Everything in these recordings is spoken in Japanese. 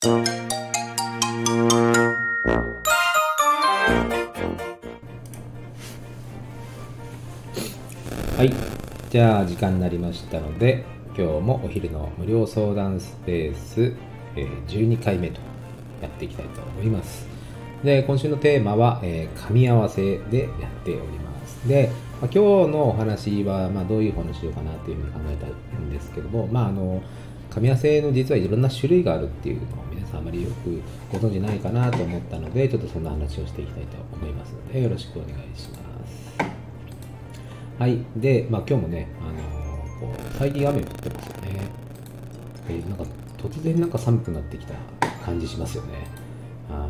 はい、じゃあ時間になりましたので、今日もお昼の無料相談スペース、12回目とやっていきたいと思います。で、今週のテーマは、噛み合わせでやっております。で、今日のお話は、どういう話しようかなというふうに考えたんですけども、噛み合わせの実はいろんな種類があるっていうのを皆さんあまりよくご存じないかなと思ったので、ちょっとそんな話をしていきたいと思いますので、よろしくお願いします。はい。で、今日もね、最近雨降ってますよね。なんか突然寒くなってきた感じしますよね。はい。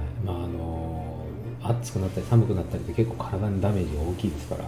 暑くなったり寒くなったりって結構体のダメージが大きいですから、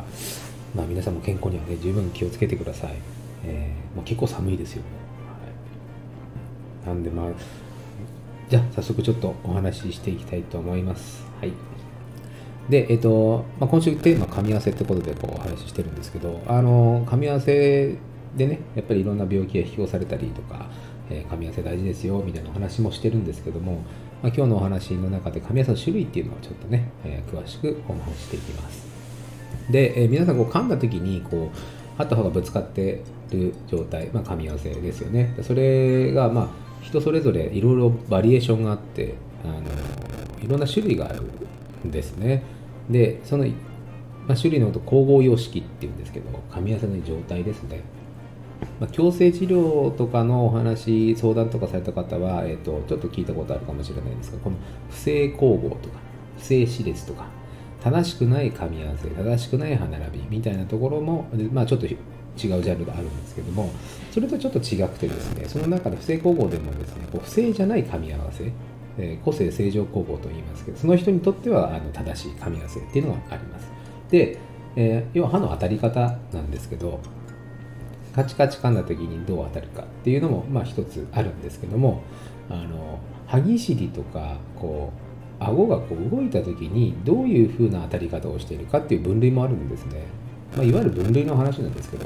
皆さんも健康にはね、十分気をつけてください。結構寒いですよね。はい。なんでじゃあ早速ちょっとお話ししていきたいと思います。はい。で、今週テーマ噛み合わせってことでお話ししてるんですけど、噛み合わせでね、やっぱりいろんな病気が引き起こされたりとか、噛み合わせ大事ですよみたいなお話もしてるんですけども、今日のお話の中で噛み合わせの種類っていうのをちょっとね、詳しくお話ししていきます。で、皆さん噛んだ時に歯と歯がぶつかってる状態、噛み合わせですよね。それが人それぞれいろいろバリエーションがあって、いろんな種類があるんですね。で、その、種類のこと混合様式っていうんですけど、噛み合わせの状態ですね。矯正治療とかのお話、相談とかされた方は、ちょっと聞いたことあるかもしれないんですが、この不正交互とか不正歯列とか正しくない噛み合わせ、正しくない歯並びみたいなところも、ちょっと違うジャンルがあるんですけども、それとちょっと違くてですね、その中で不正交互でもですね、不正じゃない噛み合わせ、個性正常交互と言いますけど、その人にとっては正しい噛み合わせっていうのがあります。で、要は歯の当たり方なんですけど、カチカチ噛んだ時にどう当たるかっていうのも一つあるんですけども、歯ぎしりとか顎が動いた時にどういう風な当たり方をしているかっていう分類もあるんですね。いわゆる分類の話なんですけど、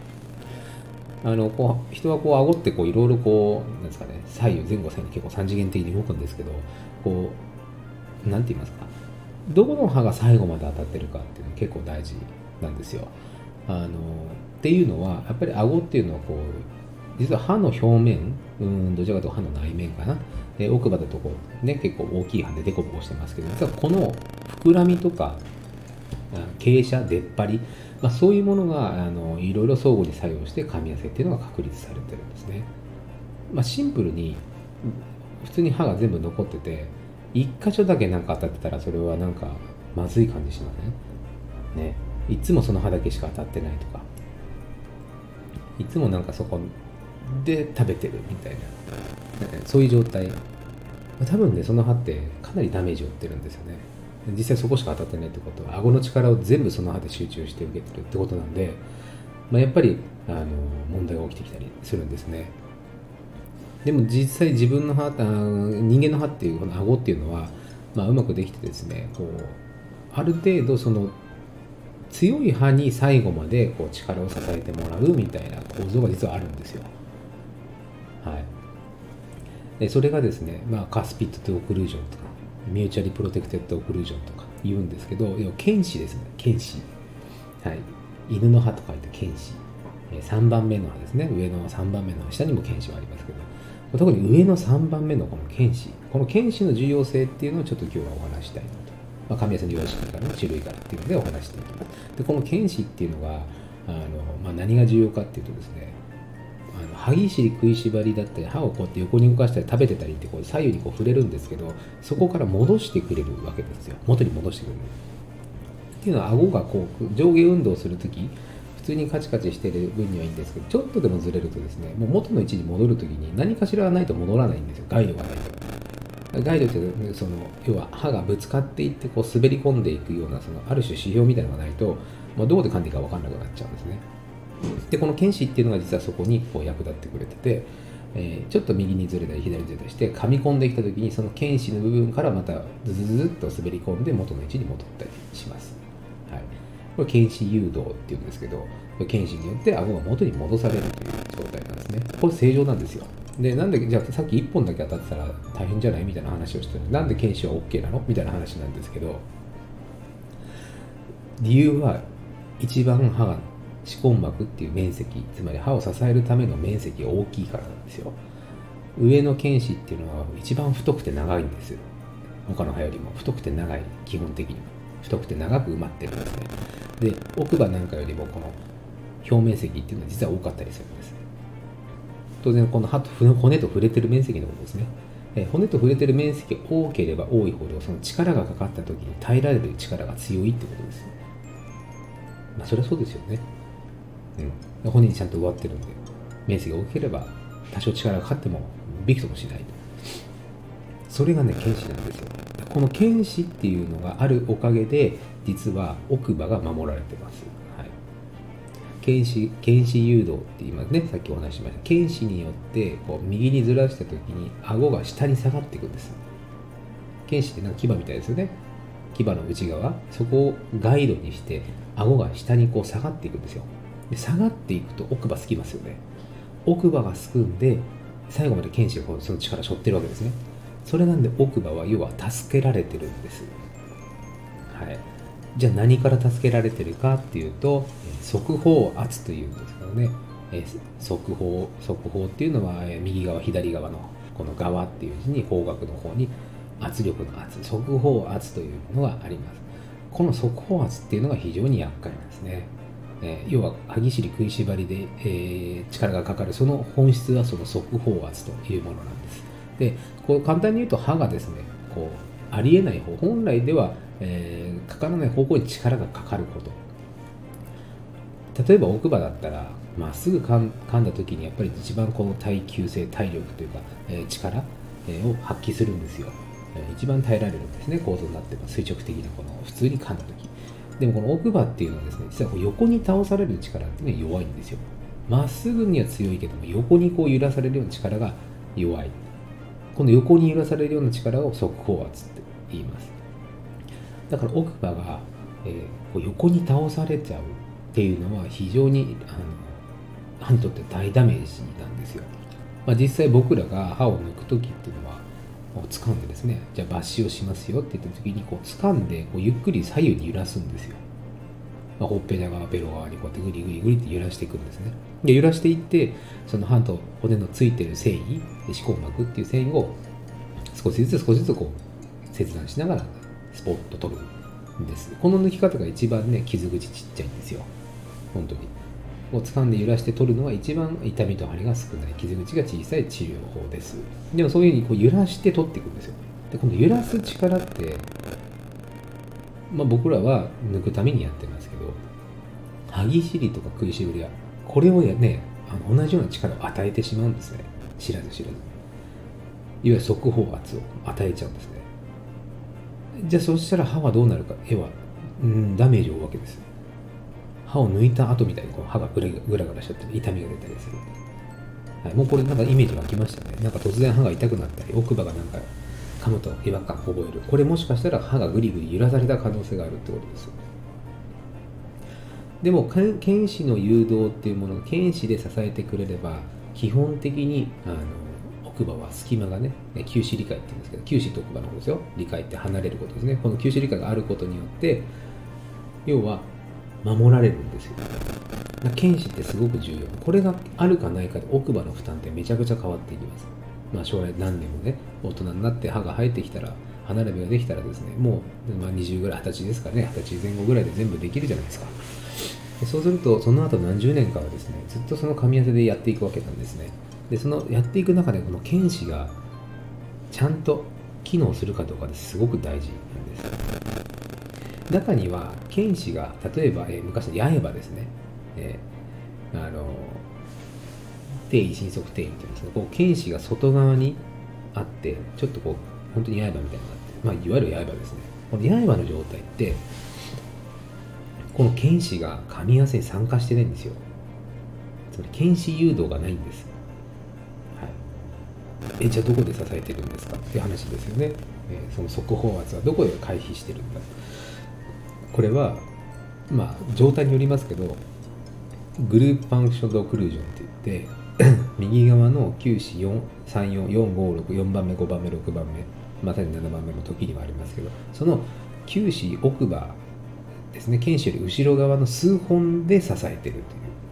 人は顎っていろいろなんですかね、左右前後左右に結構三次元的に動くんですけど、なんて言いますか、どこの歯が最後まで当たってるかっていうのが結構大事なんですよ。っていうのはやっぱり顎っていうのは実は歯の表面、どちらかというと歯の内面かな、奥歯だとね、結構大きい歯でデコボコしてますけど、実はこの膨らみとか傾斜、出っ張り、そういうものがいろいろ相互に作用して噛み合わせっていうのが確立されてるんですね。シンプルに普通に歯が全部残ってて一箇所だけ当たってたら、それはまずい感じしませんね。いつもその歯だけしか当たってないとか、いつもそこで食べてるみたいな、そういう状態、多分ね、その歯ってかなりダメージを負ってるんですよね。実際そこしか当たってないってことは、顎の力を全部その歯で集中して受けてるってことなんで、やっぱり問題が起きてきたりするんですね。でも実際自分の歯、人間の歯っていうこの顎っていうのは、うまくできてですね、ある程度その強い歯に最後まで力を支えてもらうみたいな構造が実はあるんですよ。はい。でそれがですね、カスピットとオクルージョンとかミューチャリプロテクテッドオクルージョンとか言うんですけど、要は犬歯ですね。犬歯、はい、犬の歯と書いて犬歯、3番目の歯ですね。上の3番目の歯、下にも犬歯はありますけど、特に上の3番目のこの犬歯、この犬歯の重要性っていうのをちょっと今日はお話したいなと、噛み合わせの様式からの種類からっていうのでお話していきます。でこの犬歯っていうのが何が重要かっていうとですね、歯ぎしり食いしばりだったり、歯をこうやって横に動かしたり食べてたりって左右に触れるんですけど、そこから戻してくれるわけですよ。元に戻してくれるっていうのは、顎が上下運動するとき、普通にカチカチしてる分にはいいんですけど、ちょっとでもずれるとですね、もう元の位置に戻るときに何かしらがないと戻らないんですよ。ガイドがないと。ガイドって要は歯がぶつかっていって滑り込んでいくようなある種指標みたいなのがないと、どこで噛んでいいか分かんなくなっちゃうんですね。でこの犬歯っていうのが実はそこに役立ってくれてて、ちょっと右にずれたり左にずれたりして噛み込んできた時に、その犬歯の部分からまたズズズッと滑り込んで元の位置に戻ったりします。はい、これ犬歯誘導っていうんですけど、犬歯によって顎が元に戻されるという状態なんですね。これ正常なんですよ。 で、なんでじゃあさっき1本だけ当たってたら大変じゃないみたいな話をしてる。なんで検視は OK なのみたいな話なんですけど、理由は一番歯が歯根膜っていう面積、つまり歯を支えるための面積が大きいからなんですよ。上の犬歯っていうのは一番太くて長いんですよ。他の歯よりも太くて長い、基本的に太くて長く埋まってるんですね。で、奥歯なんかよりもこの表面積っていうのは実は多かったりするんです。当然この歯と骨と触れてる面積のことですね。骨と触れてる面積が多ければ多いほど、その力がかかった時に耐えられる力が強いってことです。まあそれはそうですよね。骨にちゃんと植わってるんで、面積が大きければ多少力がかかってもびくともしないと。それがね、犬歯なんですよ。この犬歯っていうのがあるおかげで、実は奥歯が守られてます。はい、犬歯誘導って言いますね。さっきお話ししました。犬歯によってこう右にずらした時に顎が下に下がっていくんです。犬歯ってなんか牙みたいですよね。牙の内側、そこをガイドにして顎が下にこう下がっていくんですよ。で下がっていくと奥歯つきますよね。奥歯がすくんで最後まで犬歯がこうその力を背負ってるわけですね。それなんで奥歯は要は助けられてるんです。はい。じゃあ何から助けられてるかっていうと、側方圧というんですけどね。側方っていうのは右側左側のこの側っていう字に方角の方に圧力の圧、側方圧というのがあります。この側方圧っていうのが非常に厄介なんですね。要は歯ぎしり食いしばりで、力がかかるその本質はその側方圧というものなんです。で、こう簡単に言うと歯がですね、こうありえない方、本来では、かからない方向に力がかかること。例えば奥歯だったらまっすぐ噛んだ時にやっぱり一番この耐久性、体力というか、力、を発揮するんですよ。一番耐えられるんですね。構造になってます。垂直的なこの普通に噛んだ時。でもこの奥歯っていうのはですね、実はこう横に倒される力っていうのは弱いんですよ。まっすぐには強いけども、横にこう揺らされるような力が弱い。この横に揺らされるような力を側方圧って言います。だから奥歯が、こう横に倒されちゃうっていうのは非常に歯にとって大ダメージなんですよ。実際僕らが歯を抜く時っていうのは掴んでですね、じゃあ抜歯をしますよって言った時にこう掴んでこうゆっくり左右に揺らすんですよ。ほっぺた側、ベロ側にこうやってグリグリグリって揺らしていくんですね。で、揺らしていって、その歯と骨のついてる繊維、歯根膜っていう繊維を少しずつこう切断しながらスポッと取るんです。この抜き方が一番ね、傷口ちっちゃいんですよ。本当に。を掴んで揺らして取るのが一番痛みと張りが少ない、傷口が小さい治療法です。でもそういうふうにこう揺らして取っていくんですよ。で、この揺らす力って、僕らは抜くためにやってますけど、歯ぎしりとか食いしぶりはこれをね、同じような力を与えてしまうんですね。知らず知らず。いわゆる側方圧を与えちゃうんですね。じゃあそしたら歯はどうなるか。ダメージを負うわけです。歯を抜いた後みたいにこう歯がグラグラしちゃって痛みが出たりする。はい、もうこれなんかイメージ湧きましたね。なんか突然歯が痛くなったり、奥歯がなんか噛むと違和感を覚える。これもしかしたら歯がグリグリ揺らされた可能性があるってことです。でも犬歯の誘導っていうものを犬歯で支えてくれれば、基本的に奥歯は隙間がね、臼歯理解って言うんですけど、臼歯と奥歯の方ですよ。理解って離れることですね。この臼歯理解があることによって、要は守られるんですよ。犬歯ってすごく重要。これがあるかないかで奥歯の負担ってめちゃくちゃ変わっていきます。将来何年もね、大人になって歯が生えてきたら、歯並びができたらですね、もう、20ぐらい、20歳ですかね、20歳前後ぐらいで全部できるじゃないですか。そうすると、その後何十年かはですね、ずっとその噛み合わせでやっていくわけなんですね。で、そのやっていく中で、この犬歯がちゃんと機能するかどうかですごく大事なんです。中には、犬歯が、例えば、昔の八重歯ですね。定位、伸足定位っていうんですけど、こう犬歯が外側にあって、ちょっとこう、本当に八重歯みたいになって、いわゆる八重歯ですね。この八重歯の状態って、この犬歯が噛み合わせに参加してないんですよ。つまり犬歯誘導がないんです。はい、じゃあどこで支えてるんですかっていう話ですよね。その側方圧はどこで回避してるんだ。これは状態によりますけど、グループファンクションドオクルージョンって言って右側の9子4344564 4番目5番目6番目またに7番目の時にはありますけど、その9子奥歯ですね、犬歯より後ろ側の数本で支えているという。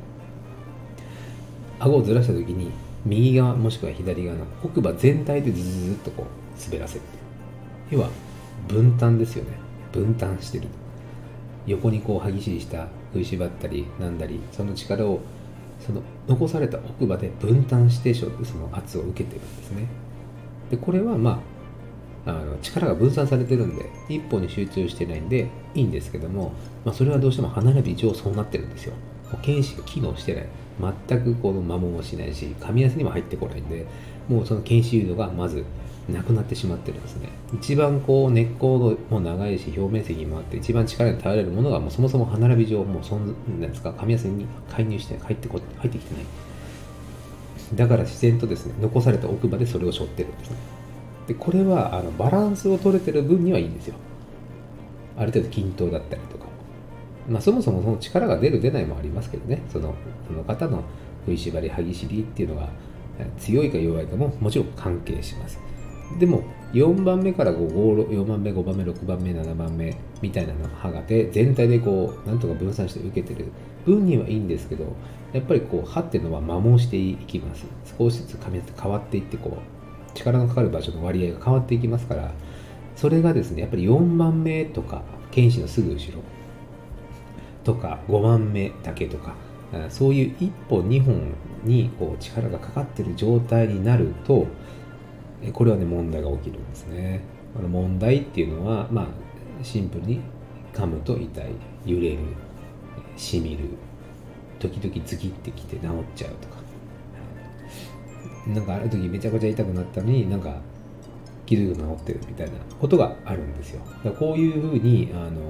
顎をずらした時に右側もしくは左側の奥歯全体でずーっとこう滑らせる。要は分担ですよね。分担してる。横にこう歯ぎしりした食いしばったりなんだり、その力をその残された奥歯で分担してその圧を受けてるんですね。でこれは力が分散されてるんで一本に集中してないんでいいんですけども、それはどうしても歯並び上そうなってるんですよ。犬歯が機能してない、全くこの摩耗もしないし噛み合わせにも入ってこないんで、もうその犬歯誘導がまずなくなってしまってるんですね。一番こう根っこも長いし表面積もあって一番力に耐えられるものがもうそもそも歯並び上もうなんですか、噛み合わせに介入して入ってきてない。だから自然とですね、残された奥歯でそれを背負ってるんですね。でこれはバランスを取れてる分にはいいんですよ。ある程度均等だったりとか、そもそもその力が出る出ないもありますけどね、その方の食いしばり歯ぎしりっていうのが強いか弱いかももちろん関係します。でも4番目から4番目5番目6番目7番目みたいな歯がで全体でこうなんとか分散して受けてる分にはいいんですけど、やっぱりこう歯っていうのは摩耗していきます。少しずつ噛み合わせて変わっていってこう力のかかる場所の割合が変わっていきますから、それがですねやっぱり4番目とか犬歯のすぐ後ろとか5番目だけとか、そういう1本2本にこう力がかかっている状態になると、これはね問題が起きるんですね。問題っていうのはシンプルに噛むと痛い、揺れる、しみる、時々ズキってきて治っちゃうとか、なんかある時めちゃくちゃ痛くなったのになんか気づくと治ってるみたいなことがあるんですよ。だからこういうふうに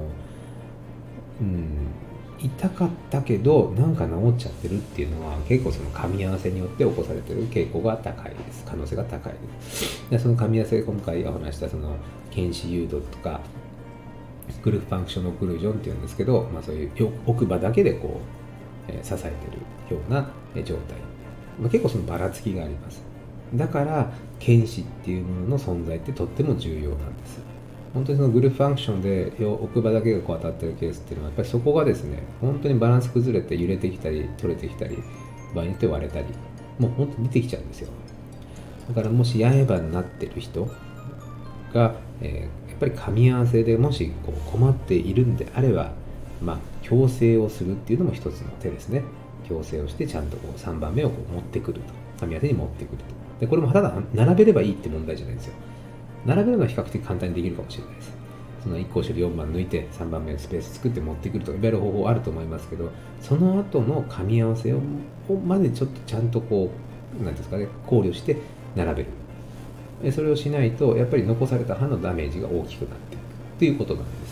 痛かったけどなんか治っちゃってるっていうのは結構その噛み合わせによって起こされている傾向が高いです。可能性が高いです。でその噛み合わせで今回お話したその犬歯誘導とかグループファンクションオクルージョンっていうんですけど、そういう奥歯だけでこう、支えているような状態、結構そのばらつきがあります。だから犬歯っていうものの存在ってとっても重要なんです。本当にそのグループファンクションで奥歯だけがこう当たってるケースっていうのはやっぱりそこがですね本当にバランス崩れて揺れてきたり取れてきたり場合によって割れたりもう本当に出てきちゃうんですよ。だからもし刃になってる人が、やっぱり噛み合わせでもしこう困っているんであれば、矯正をするっていうのも一つの手ですね。矯正をしてちゃんとこう3番目をこう持ってくると、噛み合わせに持ってくると。でこれもただ並べればいいって問題じゃないんですよ。並べるのは比較的簡単にできるかもしれないです。その1個後ろ4番抜いて3番目のスペース作って持ってくるとかいわゆる方法あると思いますけど、その後の噛み合わせをまでちょっとちゃんとこう何ですかね考慮して並べる。それをしないとやっぱり残された歯のダメージが大きくなっていくということなんです。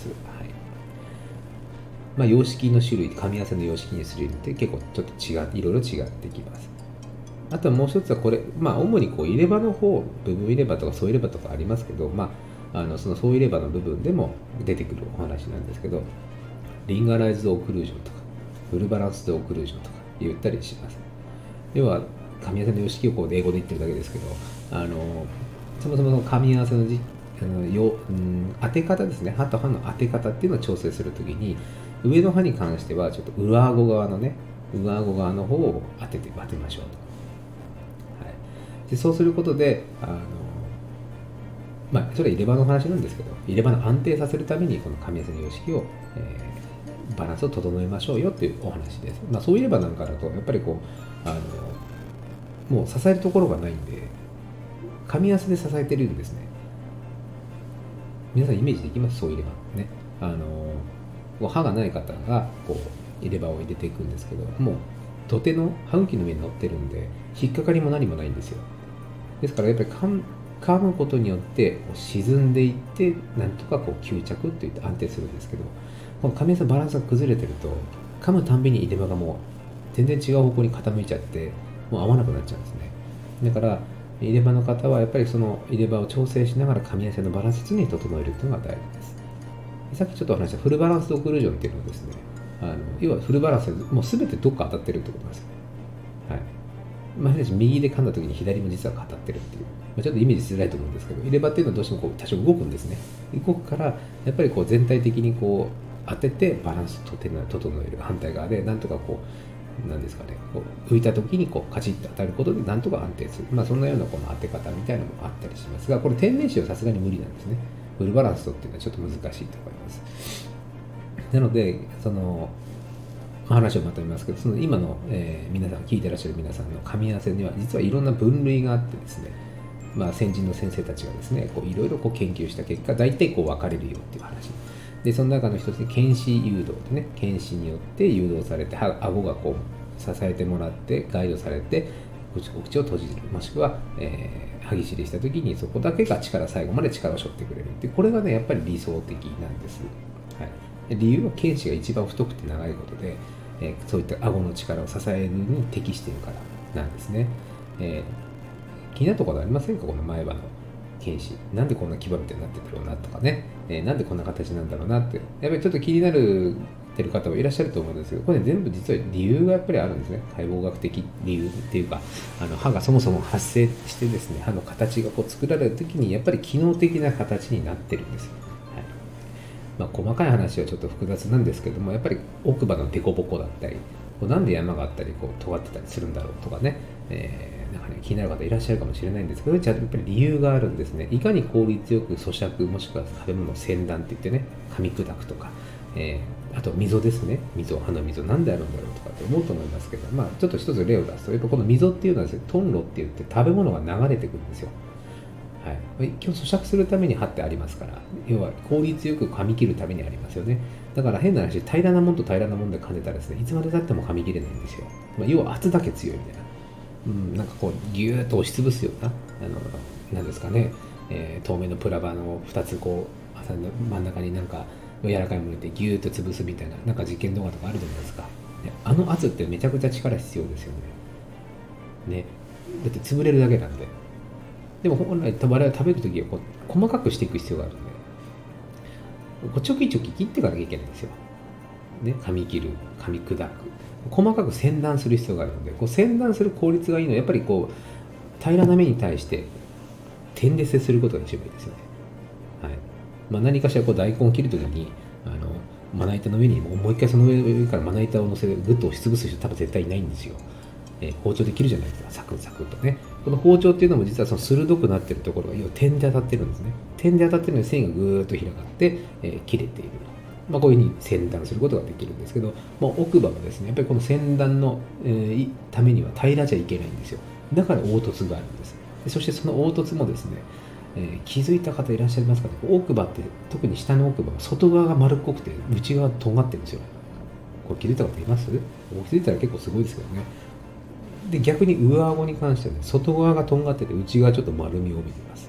様式の種類、噛み合わせの様式にするって結構ちょっといろいろ違ってきます。あとはもう一つはこれ、主にこう入れ歯の方、部分入れ歯とか総入れ歯とかありますけど、その総入れ歯の部分でも出てくるお話なんですけど、リンガライズドオクルージョンとか、フルバランスドオクルージョンとか言ったりします。要は、噛み合わせの様式をこう英語で言ってるだけですけど、そもそもの噛み合わせの当て方ですね、歯と歯の当て方っていうのを調整するときに、上の歯に関してはちょっと上顎側の方を当てましょうと。でそうすることでそれは入れ歯の話なんですけど、入れ歯の安定させるためにこの噛み合わせの様式を、バランスを整えましょうよというお話です。そういえばなんかだとやっぱりこうもう支えるところがないんで噛み合わせで支えてるんですね。皆さんイメージできます？そういえばね、歯がない方がこう入れ歯を入れていくんですけど、もう土手の歯茎の上に乗ってるんで引っかかりも何もないんですよ。ですからやっぱり噛むことによって沈んでいってなんとかこう吸着といって安定するんですけど、この噛み合わせバランスが崩れてると噛むたんびに入れ歯がもう全然違う方向に傾いちゃってもう合わなくなっちゃうんですね。だから入れ歯の方はやっぱりその入れ歯を調整しながら噛み合わせのバランス常に整えるというのが大事です。さっきちょっとお話したフルバランスオクルージョンっていうのはですね、要はフルバランスでもう全てどっか当たってるってことなんですよ。 まあ、右で噛んだ時に左も実は語ってるっていう、ちょっとイメージしづらいと思うんですけど、入れ歯っていうのはどうしてもこう多少動くんですね。動くからやっぱりこう全体的にこう当ててバランスを整える、反対側でなんとかこうなんですかね、こう浮いた時にこうカチッと当たることでなんとか安定する、そんなようなこの当て方みたいなのもあったりしますが、これ天然歯はさすがに無理なんですね。フルバランスっていうのはちょっと難しいと思います。なのでその話をまとめますけど、その今の、皆さん聞いてらっしゃる皆さんの噛み合わせには実はいろんな分類があってですね、先人の先生たちがですねいろいろ研究した結果、大体こう分かれるよっていう話で、その中の一つに検視誘導でね、検視によって誘導されて顎がこう支えてもらってガイドされてお口を閉じる、もしくは、歯ぎしりした時にそこだけが最後まで力を背負ってくれるって、これがねやっぱり理想的なんです、はい、理由は検視が一番太くて長いことで、そういった顎の力を支えるに適しているからなんですね。気になったことありませんか？この前歯の検視、なんでこんな牙みたいになってるんだろうなとかね、なんでこんな形なんだろうなって、やっぱりちょっと気になるてる方もいらっしゃると思うんですけど、これ、全部実は理由がやっぱりあるんですね。解剖学的理由っていうか、歯がそもそも発生してですね、歯の形がこう作られるときにやっぱり機能的な形になってるんです。細かい話はちょっと複雑なんですけども、やっぱり奥歯の凸凹だったり、なんで山があったり尖ってたりするんだろうとかね、なんかね、気になる方いらっしゃるかもしれないんですけど、じゃあやっぱり理由があるんですね。いかに効率よく咀嚼、もしくは食べ物を洗断って言ってね、噛み砕くとか、あと溝ですね、歯の溝なんであるんだろうとかって思うと思いますけど、ちょっと一つ例を出すと、やっぱこの溝っていうのはですね、トンロって言って食べ物が流れてくるんですよ。今日咀嚼するために歯ってありますから、要は効率よく噛み切るためにありますよね。だから変な話、平らなもんと平らなもんで噛んでたらですね、いつまでたっても噛み切れないんですよ。要は圧だけ強いみたいな、なんかこうギューッと押しつぶすような、なんですかね、透明のプラバの2つこう真ん中になんか柔らかいものでギューッと潰すみたいな、なんか実験動画とかあるじゃないですか。圧ってめちゃくちゃ力必要ですよね。だって潰れるだけなんで。でも本来我々は食べるときはこう細かくしていく必要があるので、こうちょきちょき切っていかなきゃいけないんですよ。噛み切る、噛み砕く、細かく洗断する必要があるので、こう洗断する効率がいいのはやっぱりこう平らな目に対して点で接することが一番いいですよね。何かしらこう大根を切るときにまな板の上にもう一回その上からまな板を乗せてグッと押しつぶす人多分絶対いないんですよ。包丁で切るじゃないですか、サクサクとね。この包丁っていうのも実はその鋭くなっているところが要は点で当たってるんですね。点で当たってるのに線がぐーっと広がって切れている。こういうふうに剪断することができるんですけど、奥歯はですね、やっぱりこの剪断の、ためには平らじゃいけないんですよ。だから凹凸があるんです。そしてその凹凸もですね、気づいた方いらっしゃいますかね。奥歯って特に下の奥歯は外側が丸っこくて内側がとんがってるんですよ。これ気づいた方います？気づいたら結構すごいですけどね。で逆に上顎に関しては、ね、外側がとんがってて内側ちょっと丸みを帯びています。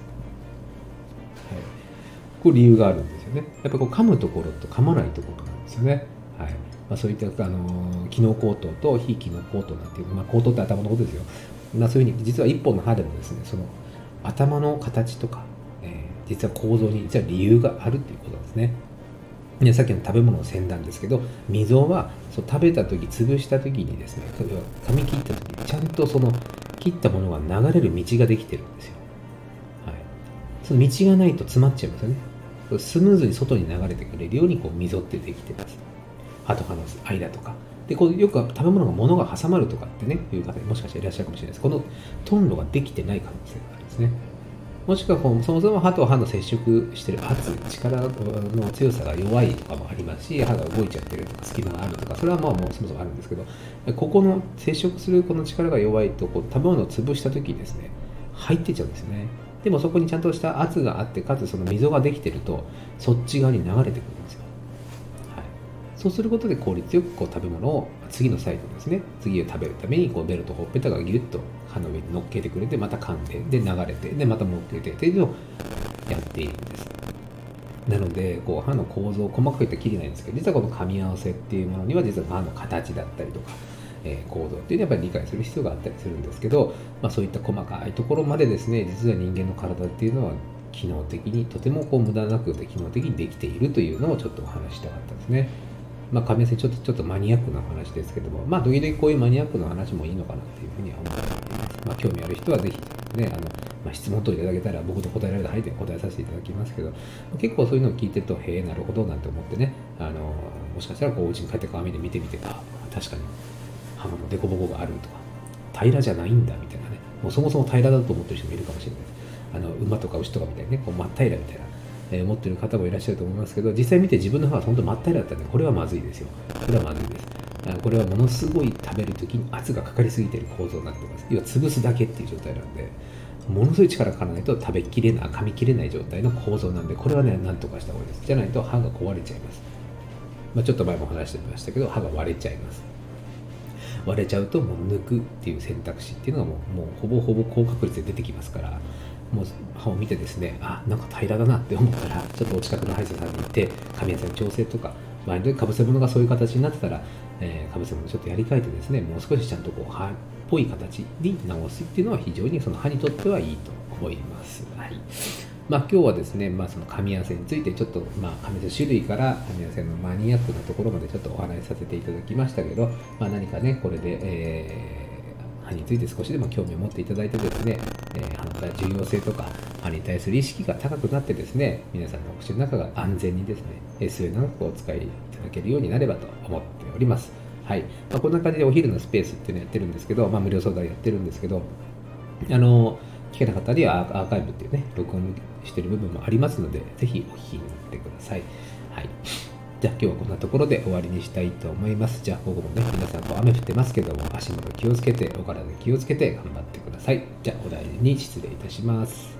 これ理由があるんですよね。やっぱこう噛むところと噛まないところなんですよね。そういった機能口頭と非機能口頭なんていう、口頭って頭のことですよ。そういうふうに実は一本の歯でもですね、その頭の形とか、実は構造に実は理由があるっていうことなんですね。さっきの食べ物の洗断ですけど、溝はそう食べた時、潰した時にですね、噛み切った時にちゃんとその切ったものが流れる道ができてるんですよ。その道がないと詰まっちゃいますよね。スムーズに外に流れてくれるようにこう溝ってできてます。歯と歯の間とかで、こうよく食べ物が物が挟まるとかってねいう方もしかしていらっしゃるかもしれないです。このトンロができてない可能性があるんですね。もしくはそもそも歯と歯の接触している圧、力の強さが弱いとかもありますし、歯が動いちゃってるとか隙間があるとか、それはもうそもそもあるんですけど、ここの接触するこの力が弱いとこう食べ物を潰した時にですね、入ってっちゃうんですよね。でもそこにちゃんとした圧があって、かつその溝ができてるとそっち側に流れてくるんですよ。そうすることで効率よくこう食べ物を次のサイドですね、次を食べるためにこうベルとほっぺたがギュッと歯の上に乗っけてくれて、また噛んで、で流れて、でまた乗っけてというのをやっているんです。なのでこう歯の構造を細かく言って切れないんですけど、実はこの噛み合わせっていうものには実は歯の形だったりとか、構造っていうのはやっぱり理解する必要があったりするんですけど、そういった細かいところまでですね、実は人間の体っていうのは機能的にとてもこう無駄なくて機能的にできているというのをちょっとお話したかったですね。噛み合わせちょっとマニアックな話ですけども、時々こういうマニアックな話もいいのかなっていうふうには思っています。 興味ある人はぜひね、質問等いただけたら僕と答えられた範囲で答えさせていただきますけど、結構そういうのを聞いてると、へえ、なるほどなんて思ってね、もしかしたらこうお家に帰って鏡で見てみて、確かに歯の凸凹があるとか、平らじゃないんだみたいなね、もうそもそも平らだと思ってる人もいるかもしれないです。馬とか牛とかみたいにね、こう真っ平らみたいな、思ってる方もいらっしゃると思いますけど、実際見て自分の歯が本当真っ平らだったらね、これはまずいですよ。これはまずいです。これはものすごい食べるときに圧がかかりすぎている構造になっています。要は潰すだけっていう状態なんで、ものすごい力がかからないと噛み切れない状態の構造なんで、これはね、なんとかした方がいいです。じゃないと歯が壊れちゃいます。ちょっと前も話してましたけど、歯が割れちゃいます。割れちゃうともう抜くっていう選択肢っていうのがもうほぼほぼ高確率で出てきますから、もう歯を見てですね、なんか平らだなって思ったら、ちょっとお近くの歯医者さんに行って噛み合わせの調整とか、場合によってかぶせ物がそういう形になってたら、かぶせ物ちょっとやり替えてですね、もう少しちゃんとこう歯っぽい形に直すっていうのは非常にその歯にとってはいいと思います。はい。今日はですね、その噛み合わせについてちょっと、噛み合わせ種類から噛み合わせのマニアックなところまでちょっとお話しさせていただきましたけど、何かね、これで、歯について少しでも興味を持っていただいてですね、歯の重要性とか歯に対する意識が高くなってですね、皆さんのお口の中が安全にですね、末永くお使いいただけるようになればと思っております。はい。こんな感じでお昼のスペースっていうのをやってるんですけど、無料相談やってるんですけど、聞けなかったりはアーカイブっていうね、録音してる部分もありますので、ぜひお聞きになってください。はい。じゃあ今日はこんなところで終わりにしたいと思います。じゃあ午後もね、皆さん雨降ってますけども、足元気をつけて、お体気をつけて頑張ってください。じゃあお大事に失礼いたします。